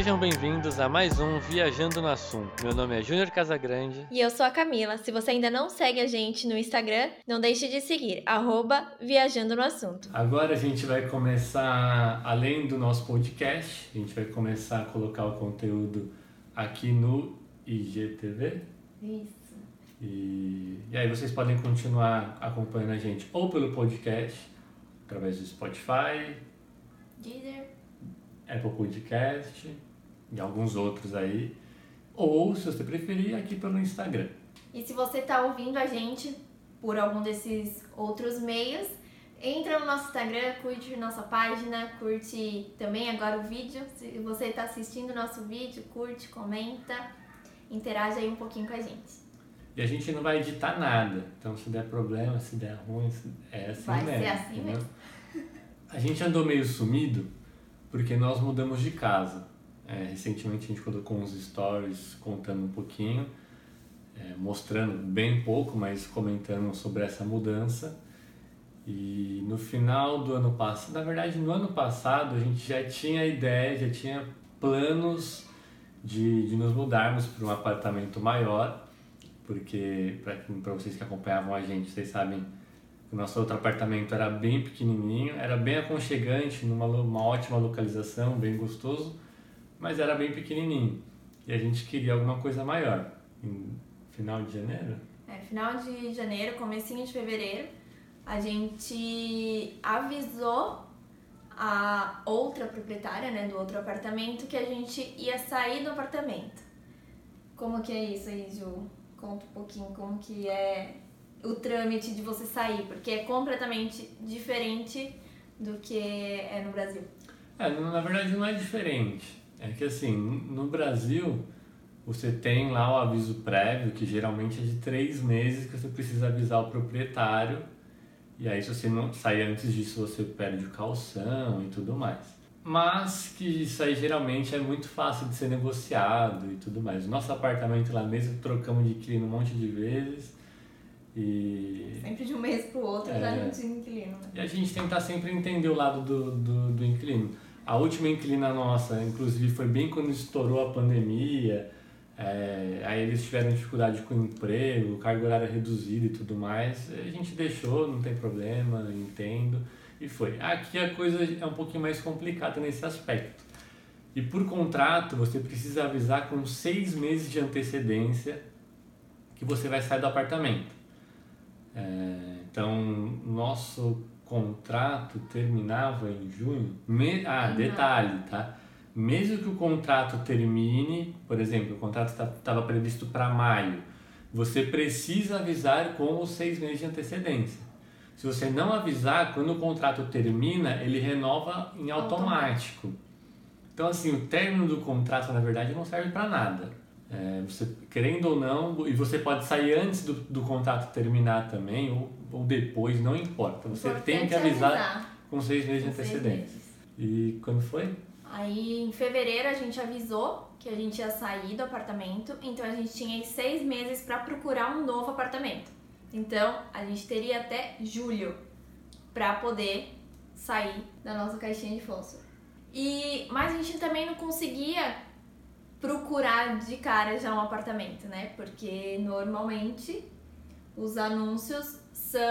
Sejam bem-vindos a mais um Viajando no Assunto. Meu nome é Júnior Casagrande. E eu sou a Camila. Se você ainda não segue a gente no Instagram, não deixe de seguir, @Viajando no Assunto. Agora a gente vai começar, além do nosso podcast, a gente vai começar a colocar o conteúdo aqui no IGTV. Isso. E aí vocês podem continuar acompanhando a gente ou pelo podcast, através do Spotify, Deezer, Apple Podcast e alguns outros aí, ou, se você preferir, aqui pelo Instagram. E se você está ouvindo a gente por algum desses outros meios, entra no nosso Instagram, curte nossa página, curte também agora o vídeo. Se você está assistindo o nosso vídeo, curte, comenta, interage aí um pouquinho com a gente. E a gente não vai editar nada, então se der problema, se der ruim, é assim vai mesmo. Vai ser assim mesmo. A gente andou meio sumido porque nós mudamos de casa. Recentemente a gente colocou uns stories contando um pouquinho, mostrando bem pouco, mas comentando sobre essa mudança. E no final do ano passado, na verdade no ano passado, a gente já tinha ideia, já tinha planos de nos mudarmos para um apartamento maior, porque para vocês que acompanhavam a gente, vocês sabem que o nosso outro apartamento era bem pequenininho, era bem aconchegante, numa ótima localização, bem gostoso, mas era bem pequenininho. E a gente queria alguma coisa maior. Em final de janeiro? Final de janeiro, comecinho de fevereiro, a gente avisou a outra proprietária, né, do outro apartamento, que a gente ia sair do apartamento. Como que é isso aí, Ju? Conta um pouquinho como que é o trâmite de você sair, porque é completamente diferente do que é no Brasil. Na verdade não é diferente. É que assim, no Brasil você tem lá o aviso prévio, que geralmente é de 3 meses que você precisa avisar o proprietário, e aí se você não sair antes disso você perde o calção e tudo mais. Mas que isso aí geralmente é muito fácil de ser negociado e tudo mais. O nosso apartamento lá mesmo trocamos de inquilino um monte de vezes. Sempre de um mês pro outro já não tinha inquilino. Né? E a gente tenta sempre entender o lado do inquilino. A última inquilina nossa, inclusive, foi bem quando estourou a pandemia. Aí eles tiveram dificuldade com o emprego, carga horária reduzida e tudo mais. A gente deixou, não tem problema, entendo. E foi. Aqui a coisa é um pouquinho mais complicada nesse aspecto. E por contrato, você precisa avisar com 6 meses de antecedência que você vai sair do apartamento. Então, nosso contrato terminava em junho. Detalhe, tá? Mesmo que o contrato termine, por exemplo, o contrato estava previsto para maio, você precisa avisar com os 6 meses de antecedência. Se você não avisar, quando o contrato termina, ele renova em automático. Então, assim, o término do contrato, na verdade, não serve para nada. Você, querendo ou não, e você pode sair antes do contrato terminar também, ou depois, não importa. Você tem que avisar com 6 meses de antecedência. E quando foi? Aí, em fevereiro, a gente avisou que a gente ia sair do apartamento, então a gente tinha 6 meses para procurar um novo apartamento. Então, a gente teria até julho para poder sair da nossa caixinha de fósforo. Mas a gente também não conseguia procurar de cara já um apartamento, né? Porque normalmente os anúncios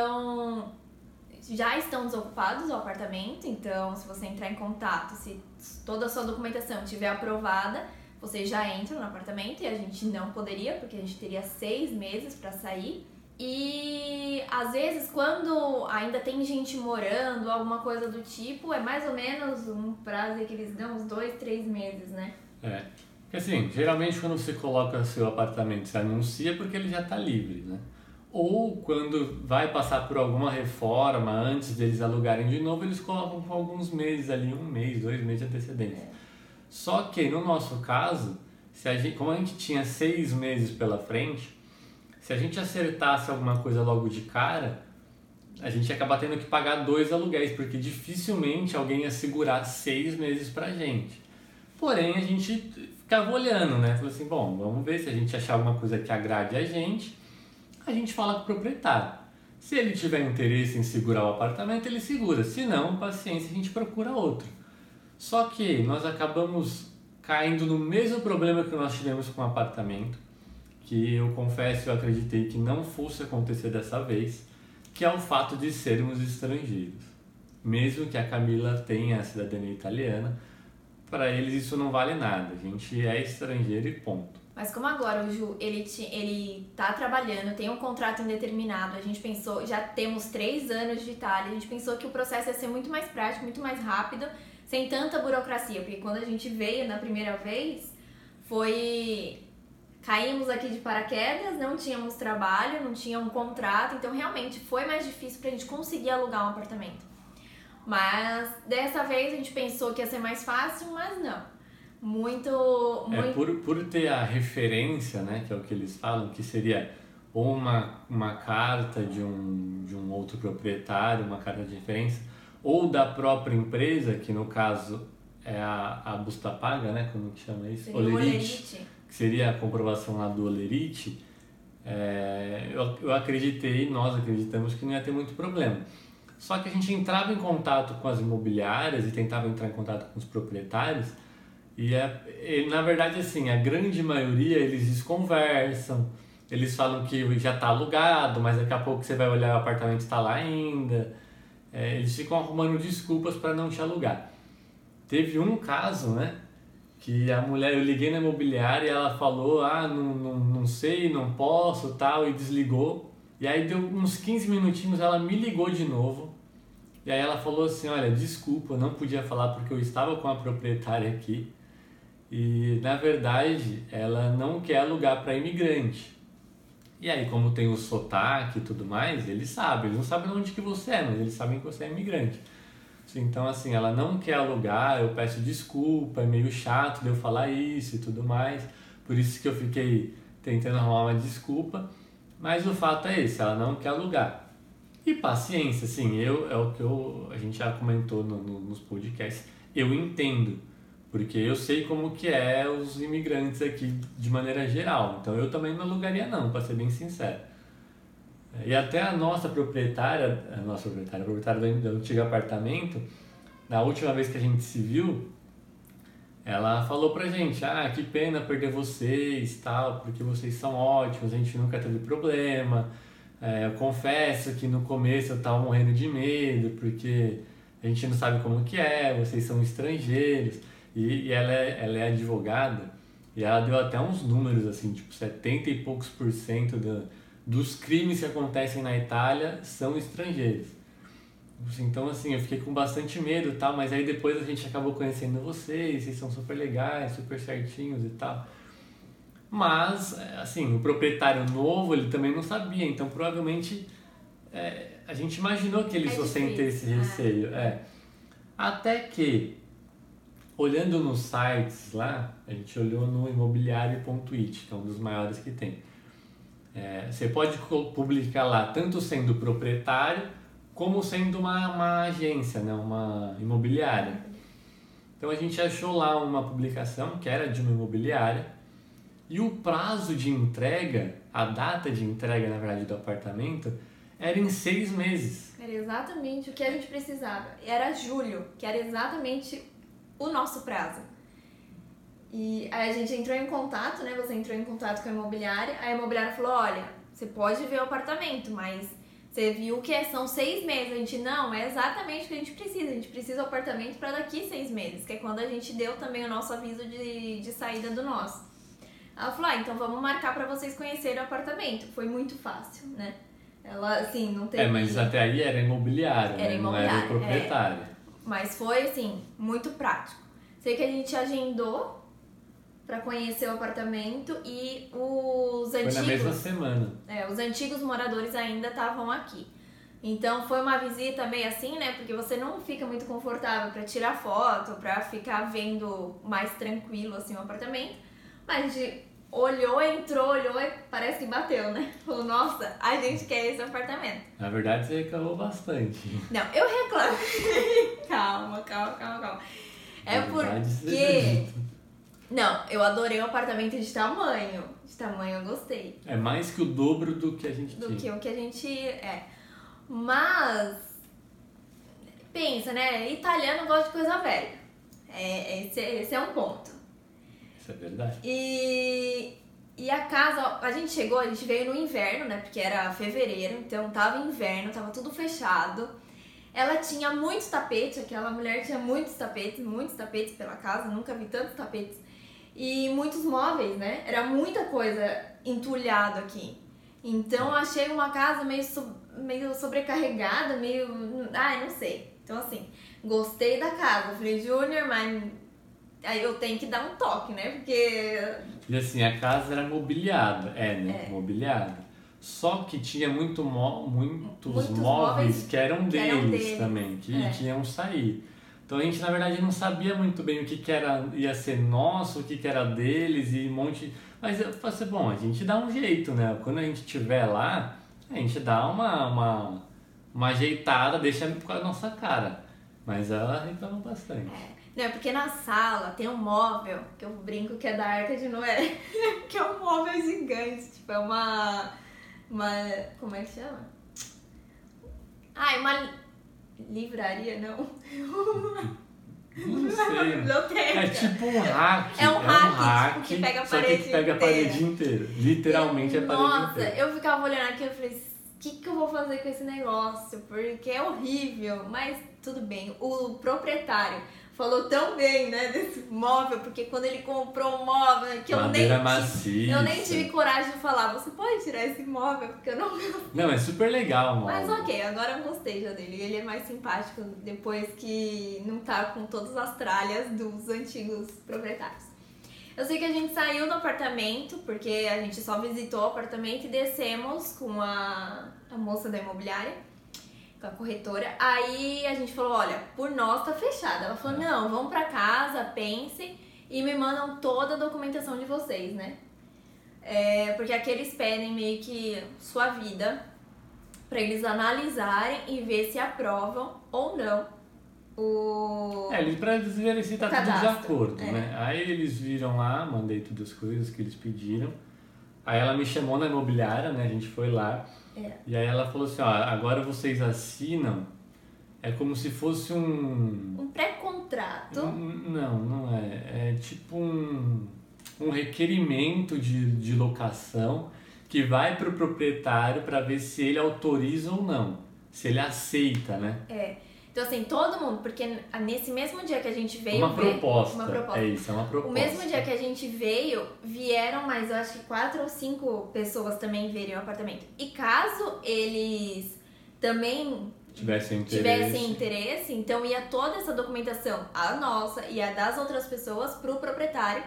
já estão desocupados o apartamento, então se você entrar em contato, se toda a sua documentação estiver aprovada, você já entra no apartamento, e a gente não poderia, porque a gente teria 6 meses para sair. E às vezes quando ainda tem gente morando, alguma coisa do tipo, é mais ou menos um prazo que eles dão, uns 2, 3 meses, né? Porque assim, geralmente quando você coloca seu apartamento, você anuncia porque ele já está livre, né? Ou quando vai passar por alguma reforma, antes deles alugarem de novo, eles colocam com alguns meses ali, 1 mês, 2 meses de antecedência. Só que no nosso caso, como a gente tinha 6 meses pela frente, se a gente acertasse alguma coisa logo de cara, a gente ia acabar tendo que pagar 2 aluguéis, porque dificilmente alguém ia segurar 6 meses pra gente. Porém, a gente ficava olhando, né? Falou assim, bom, vamos ver se a gente achar alguma coisa que agrade a gente fala com o proprietário. Se ele tiver interesse em segurar o apartamento, ele segura. Se não, paciência, a gente procura outro. Só que nós acabamos caindo no mesmo problema que nós tivemos com o apartamento, que eu confesso, eu acreditei que não fosse acontecer dessa vez, que é o fato de sermos estrangeiros. Mesmo que a Camila tenha a cidadania italiana, para eles isso não vale nada, a gente é estrangeiro e ponto. Mas como agora o Ju, ele tá trabalhando, tem um contrato indeterminado, a gente pensou, já temos 3 anos de Itália, a gente pensou que o processo ia ser muito mais prático, muito mais rápido, sem tanta burocracia, porque quando a gente veio na primeira vez, caímos aqui de paraquedas, não tínhamos trabalho, não tinha um contrato, então realmente foi mais difícil pra gente conseguir alugar um apartamento. Mas dessa vez a gente pensou que ia ser mais fácil, mas não. Por ter a referência, né, que é o que eles falam, que seria ou uma carta de um outro proprietário, uma carta de referência, ou da própria empresa, que no caso é a Busta Paga, né, como que chama isso? Olerite. Que seria a comprovação lá do Olerite. Eu acreditei, nós acreditamos que não ia ter muito problema. Só que a gente entrava em contato com as imobiliárias e tentava entrar em contato com os proprietários. E na verdade, assim, a grande maioria eles desconversam, eles falam que já está alugado, mas daqui a pouco você vai olhar o apartamento está lá ainda. Eles ficam arrumando desculpas para não te alugar. Teve um caso, né, que a mulher, eu liguei na imobiliária e ela falou, não sei, não posso, tal, e desligou. E aí deu uns 15 minutinhos, ela me ligou de novo. E aí ela falou assim, olha, desculpa, eu não podia falar porque eu estava com a proprietária aqui. E, na verdade, ela não quer alugar para imigrante. E aí, como tem o sotaque e tudo mais, eles não sabem onde que você é, mas eles sabem que você é imigrante. Então, assim, ela não quer alugar, eu peço desculpa, é meio chato de eu falar isso e tudo mais. Por isso que eu fiquei tentando arrumar uma desculpa. Mas o fato é esse, ela não quer alugar. E paciência, assim, é o que a gente já comentou nos podcasts, eu entendo. Porque eu sei como que é os imigrantes aqui de maneira geral. Então eu também não alugaria não, para ser bem sincero. E até a proprietária do antigo apartamento, na última vez que a gente se viu, ela falou pra gente, que pena perder vocês, tal, porque vocês são ótimos, a gente nunca teve problema. Eu confesso que no começo eu tava morrendo de medo, porque a gente não sabe como que é, vocês são estrangeiros. E ela é advogada e ela deu até uns números assim, tipo 70 e poucos % dos crimes que acontecem na Itália são estrangeiros. Então assim, eu fiquei com bastante medo e tal, mas aí depois a gente acabou conhecendo vocês são super legais, super certinhos e tal. Mas, assim, o proprietário novo, ele também não sabia, então provavelmente a gente imaginou que eles fossem ter esse receio. Até que, olhando nos sites lá, a gente olhou no imobiliário.it, que é um dos maiores que tem. Você pode publicar lá, tanto sendo proprietário, como sendo uma agência, né, uma imobiliária. Então a gente achou lá uma publicação que era de uma imobiliária e o prazo de entrega, a data de entrega, na verdade, do apartamento, era em 6 meses. Era exatamente o que a gente precisava. Era julho, que era exatamente o nosso prazo. E aí a gente entrou em contato, né? Você entrou em contato com a imobiliária. A imobiliária falou, olha, você pode ver o apartamento, mas você viu que são 6 meses. A gente, não, é exatamente o que a gente precisa. A gente precisa do apartamento para daqui 6 meses, que é quando a gente deu também o nosso aviso de saída do nosso. Ela falou, então vamos marcar para vocês conhecerem o apartamento. Foi muito fácil, né? Ela, assim, não teve... mas até aí era imobiliária, né? Não era o proprietário. Mas foi, assim, muito prático. Sei que a gente agendou para conhecer o apartamento e os antigos... Foi na mesma semana. Os antigos moradores ainda estavam aqui. Então foi uma visita meio assim, né? Porque você não fica muito confortável para tirar foto, para ficar vendo mais tranquilo, assim, o apartamento. Mas a gente olhou e parece que bateu, né? Falou, nossa, a gente quer esse apartamento. Na verdade, você reclamou bastante. Não, eu reclamo. Calma. É porque... Não, eu adorei o apartamento de tamanho. De tamanho eu gostei. É mais que o dobro do que a gente tinha. Do que o que a gente é. Mas... Pensa, né? Italiano gosta de coisa velha. Esse é um ponto. Isso é verdade. E a casa, a gente chegou, a gente veio no inverno, né? Porque era fevereiro, então tava inverno, tava tudo fechado. Ela tinha muitos tapetes, aquela mulher tinha muitos tapetes pela casa, nunca vi tantos tapetes. E muitos móveis, né? Era muita coisa entulhado aqui. Então eu achei uma casa meio sobrecarregada, não sei. Então assim, gostei da casa. Falei, Júnior, mas aí eu tenho que dar um toque, né? Porque... E assim, a casa era mobiliada, mobiliada. Só que tinha muitos móveis que eram deles também, que iam sair. Então a gente, na verdade, não sabia muito bem o que ia ser nosso, o que era deles e um monte... Mas eu falei assim, bom, a gente dá um jeito, né? Quando a gente estiver lá, a gente dá uma ajeitada, deixa com a nossa cara. Mas ela reclama bastante. Não, porque na sala tem um móvel, que eu brinco que é da Arca de Noé, que é um móvel gigante, tipo, é uma... Como é que chama? Uma livraria, não. Não sei. Biblioteca. É tipo um rack. É um rack tipo, que pega a parede que pega a parede inteira. Literalmente a parede inteira. Nossa, eu ficava olhando aqui e falei, o que eu vou fazer com esse negócio? Porque é horrível, mas tudo bem. O proprietário falou tão bem, né, desse móvel, porque quando ele comprou o móvel, que eu nem tive coragem de falar, você pode tirar esse móvel, porque eu não... Não, é super legal o móvel. Mas ok, agora eu gostei já dele. Ele é mais simpático depois que não tá com todas as tralhas dos antigos proprietários. Eu sei que a gente saiu do apartamento, porque a gente só visitou o apartamento e descemos com a moça da imobiliária, com a corretora. Aí a gente falou, olha, por nós tá fechado. Ela falou, não, vão pra casa, pensem e me mandam toda a documentação de vocês, né? Porque aqui eles pedem meio que sua vida pra eles analisarem e ver se aprovam ou não pra eles verem se tá tudo de acordo, né? Aí eles viram lá, mandei todas as coisas que eles pediram. Aí ela me chamou na imobiliária, né? A gente foi lá. E aí ela falou assim, ó, agora vocês assinam, é como se fosse um pré-contrato. Não é. É tipo um requerimento de locação que vai pro proprietário para ver se ele autoriza ou não, se ele aceita, né? Então assim, todo mundo, porque nesse mesmo dia que a gente veio uma proposta. É isso, é uma proposta. O mesmo dia que a gente veio, vieram mais, eu acho que 4 ou 5 pessoas também verem o apartamento. E caso eles também tivessem interesse, então ia toda essa documentação, a nossa e a das outras pessoas, pro proprietário.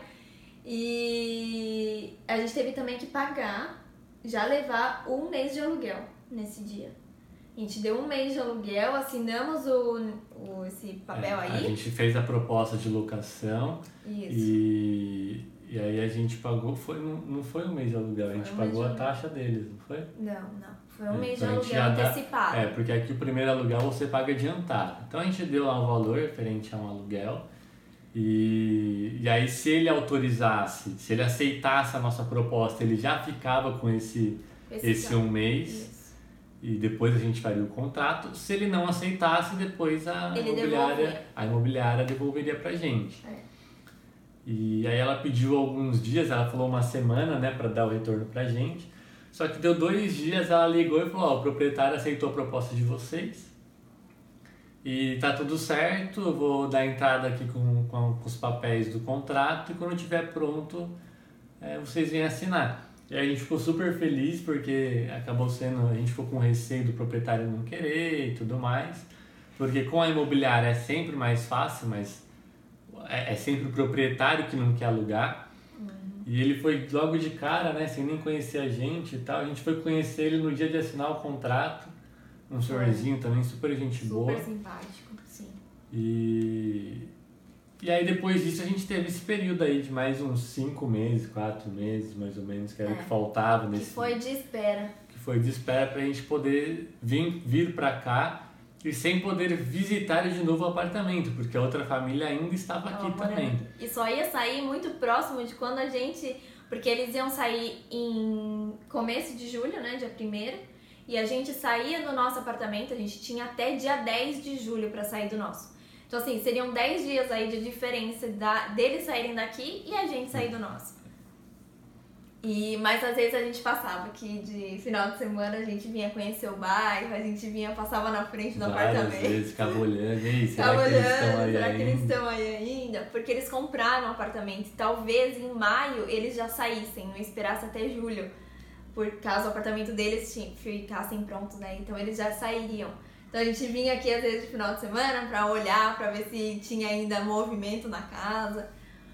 E a gente teve também que pagar, já levar 1 mês de aluguel nesse dia. A gente deu 1 mês de aluguel, assinamos esse papel aí. A gente fez a proposta de locação. Isso. E aí a gente pagou, não foi 1 mês de aluguel, a gente pagou a taxa deles, não foi? Não. Foi 1 mês de aluguel antecipado. Porque aqui o primeiro aluguel você paga adiantado. Então a gente deu lá um valor referente a um aluguel. E aí se ele autorizasse, se ele aceitasse a nossa proposta, ele já ficava com esse 1 mês. Isso. E depois a gente faria o contrato. Se ele não aceitasse, depois a imobiliária devolveria pra gente. E aí ela pediu alguns dias, ela falou 1 semana, né, pra dar o retorno pra gente. Só que deu 2 dias, ela ligou e falou, o proprietário aceitou a proposta de vocês. E tá tudo certo, eu vou dar entrada aqui com os papéis do contrato e quando estiver pronto, vocês vêm assinar. E aí a gente ficou super feliz porque a gente ficou com receio do proprietário não querer e tudo mais. Porque com a imobiliária é sempre mais fácil, mas é sempre o proprietário que não quer alugar. E ele foi logo de cara, né, sem nem conhecer a gente e tal. A gente foi conhecer ele no dia de assinar o contrato. Um senhorzinho também, super gente boa. Super simpático, sim. E aí depois disso a gente teve esse período aí de mais uns 5 meses, 4 meses mais ou menos, que era o que faltava nesse... Que foi de espera. Que foi de espera pra gente poder vir pra cá e sem poder visitar de novo o apartamento, porque a outra família ainda estava aqui também. E só ia sair muito próximo de quando a gente... Porque eles iam sair em começo de julho, né, dia 1º, e a gente saía do nosso apartamento, a gente tinha até dia 10 de julho pra sair do nosso. Então, assim, seriam 10 dias aí de diferença deles saírem daqui e a gente sair do nosso. Mas às vezes a gente passava aqui de final de semana, a gente vinha conhecer o bairro, a gente passava na frente do apartamento. Às vezes ficava olhando, e será que eles estão aí ainda? Porque eles compraram um apartamento e talvez em maio eles já saíssem, não esperasse até julho, por caso o apartamento deles ficassem prontos, né? Então eles já sairiam. Então a gente vinha aqui às vezes de final de semana pra olhar, pra ver se tinha ainda movimento na casa.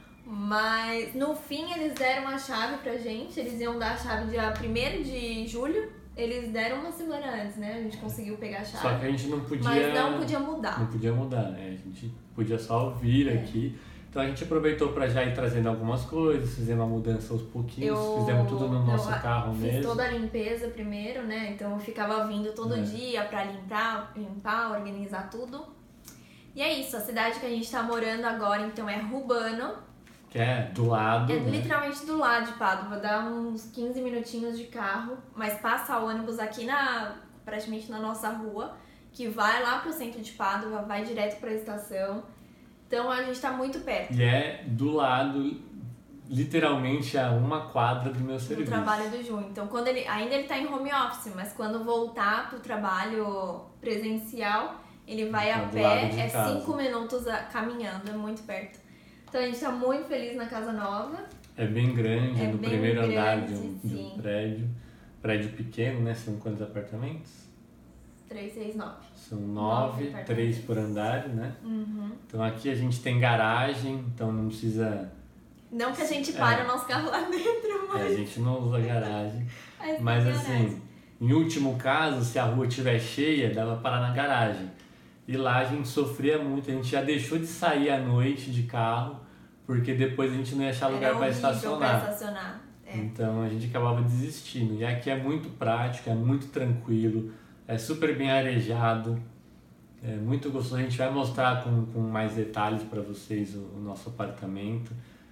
Mas no fim eles deram a chave pra gente, eles iam dar a chave dia 1º de julho, eles deram uma semana antes, né? A gente conseguiu pegar a chave. Só que a gente não podia... Mas não podia mudar. Não podia mudar, né? A gente podia só vir aqui. Então a gente aproveitou pra já ir trazendo algumas coisas, fizemos uma mudança aos pouquinhos, fizemos tudo no nosso carro mesmo. Fiz toda a limpeza primeiro, né? Então eu ficava vindo todo dia pra limpar, organizar tudo. E é isso, a cidade que a gente tá morando agora então é Rubano. Que é do lado, né? Literalmente do lado de Padova, dá uns 15 minutinhos de carro, mas passa o ônibus aqui praticamente na nossa rua, que vai lá pro centro de Padova, vai direto pra estação. Então a gente tá muito perto. E é do lado, literalmente a 1 quadra do meu serviço. Do trabalho do Ju. Então ainda ele tá em home office, mas quando voltar pro trabalho presencial, ele vai a pé, 5 minutos caminhando, é muito perto. Então a gente tá muito feliz na casa nova. É bem grande, no primeiro andar de um prédio. Prédio pequeno, né? São quantos apartamentos? 3, 6, 9. São 9, 3 por andar, né? Uhum. Então aqui a gente tem garagem, então não precisa... Não que a gente pare o nosso carro lá dentro, mas... a gente não usa garagem. Mas assim, em último caso, se a rua estiver cheia, dá pra parar na garagem. E lá a gente sofria muito, a gente já deixou de sair à noite de carro, porque depois a gente não ia achar lugar para estacionar. Então a gente acabava desistindo. E aqui é muito prático, é muito tranquilo, é super bem arejado, é muito gostoso. A gente vai mostrar com mais detalhes para vocês o nosso apartamento.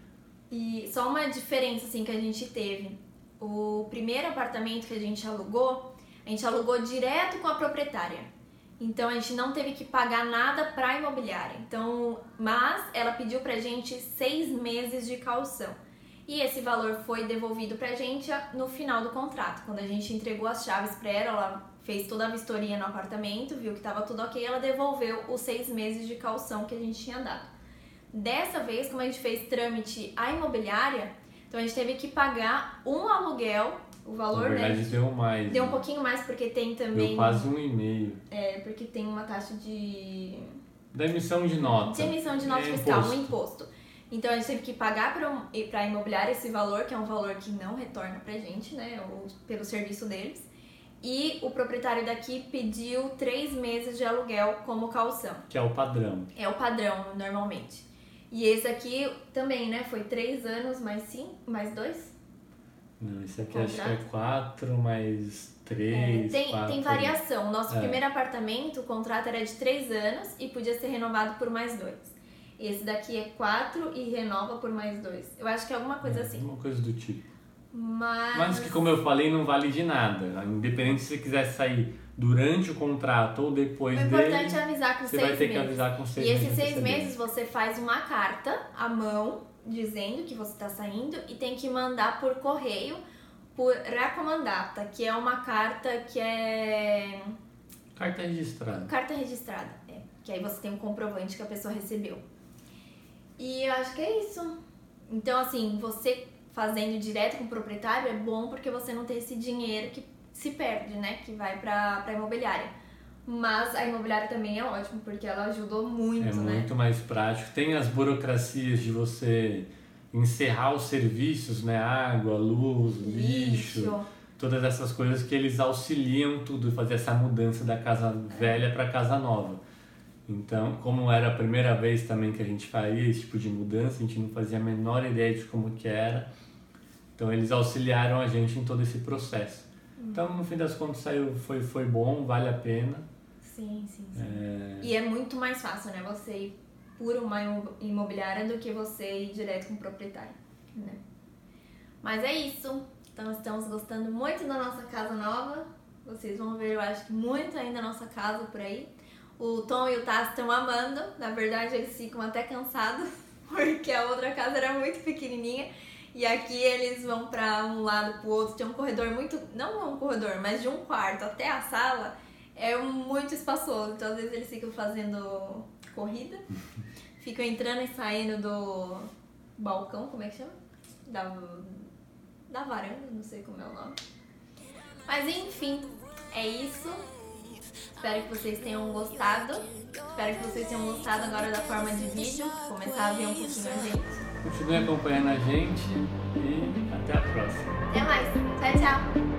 E só uma diferença assim que a gente teve. O primeiro apartamento que a gente alugou direto com a proprietária. Então a gente não teve que pagar nada pra imobiliária. Mas ela pediu pra gente 6 meses de caução. E esse valor foi devolvido pra gente no final do contrato. Quando a gente entregou as chaves pra ela fez toda a vistoria no apartamento, viu que tava tudo ok, ela devolveu os 6 meses de caução que a gente tinha dado. Dessa vez, como a gente fez trâmite à imobiliária, então a gente teve que pagar um aluguel. O valor, na verdade, deu mais. Deu um pouquinho mais, porque tem também... Deu quase 1,5. Porque tem uma taxa de... Da emissão de nota. De emissão de nota fiscal, um imposto. Então, a gente teve que pagar pra imobiliária esse valor, que é um valor que não retorna pra gente, né? Pelo serviço deles. E o proprietário daqui pediu 3 meses de aluguel como caução. Que é o padrão. É o padrão, normalmente. E esse aqui também, né? Foi 3 anos mais 2? Não, esse aqui acho que é 4 mais 3, tem variação. O nosso primeiro apartamento, o contrato era de 3 anos e podia ser renovado por mais 2. Esse daqui é 4 e renova por mais 2. Eu acho que é alguma coisa assim. Alguma coisa do tipo. Mas que, como eu falei, não vale de nada. Independente se você quiser sair durante o contrato ou depois dele... O importante é avisar com 6 meses. Você vai ter que avisar com 6 meses. E esses 6 meses você faz uma carta à mão, dizendo que você está saindo, e tem que mandar por correio, por recomandata, que é uma carta que é... Carta registrada. Carta registrada, que aí você tem um comprovante que a pessoa recebeu. E eu acho que é isso. Então, assim, você fazendo direto com o proprietário é bom porque você não tem esse dinheiro que se perde, né? Que vai pra imobiliária. Mas a imobiliária também é ótima, porque ela ajudou muito, né? É muito mais prático. Tem as burocracias de você encerrar os serviços, né? Água, luz, lixo. Todas essas coisas que eles auxiliam tudo, fazer essa mudança da casa velha para casa nova. Então, como era a primeira vez também que a gente faria esse tipo de mudança, a gente não fazia a menor ideia de como que era. Então, eles auxiliaram a gente em todo esse processo. Então, no fim das contas, foi bom, vale a pena. Sim. E é muito mais fácil, né? Você ir por uma imobiliária do que você ir direto com o proprietário, né? Mas é isso. Então, estamos gostando muito da nossa casa nova. Vocês vão ver, eu acho que muito ainda a nossa casa por aí. O Tom e o Taz estão amando. Na verdade, eles ficam até cansados, porque a outra casa era muito pequenininha. E aqui eles vão pra um lado pro outro. Tem um corredor muito... Não um corredor, mas de um quarto até a sala é muito espaçoso. Então, às vezes, eles ficam fazendo corrida. Ficam entrando e saindo do balcão, como é que chama? Da varanda, não sei como é o nome. Mas, enfim, é isso. Espero que vocês tenham gostado. Espero que vocês tenham gostado agora da forma de vídeo. Começar a ver um pouquinho a gente. Continue acompanhando a gente e até a próxima. Até mais. Tchau, tchau.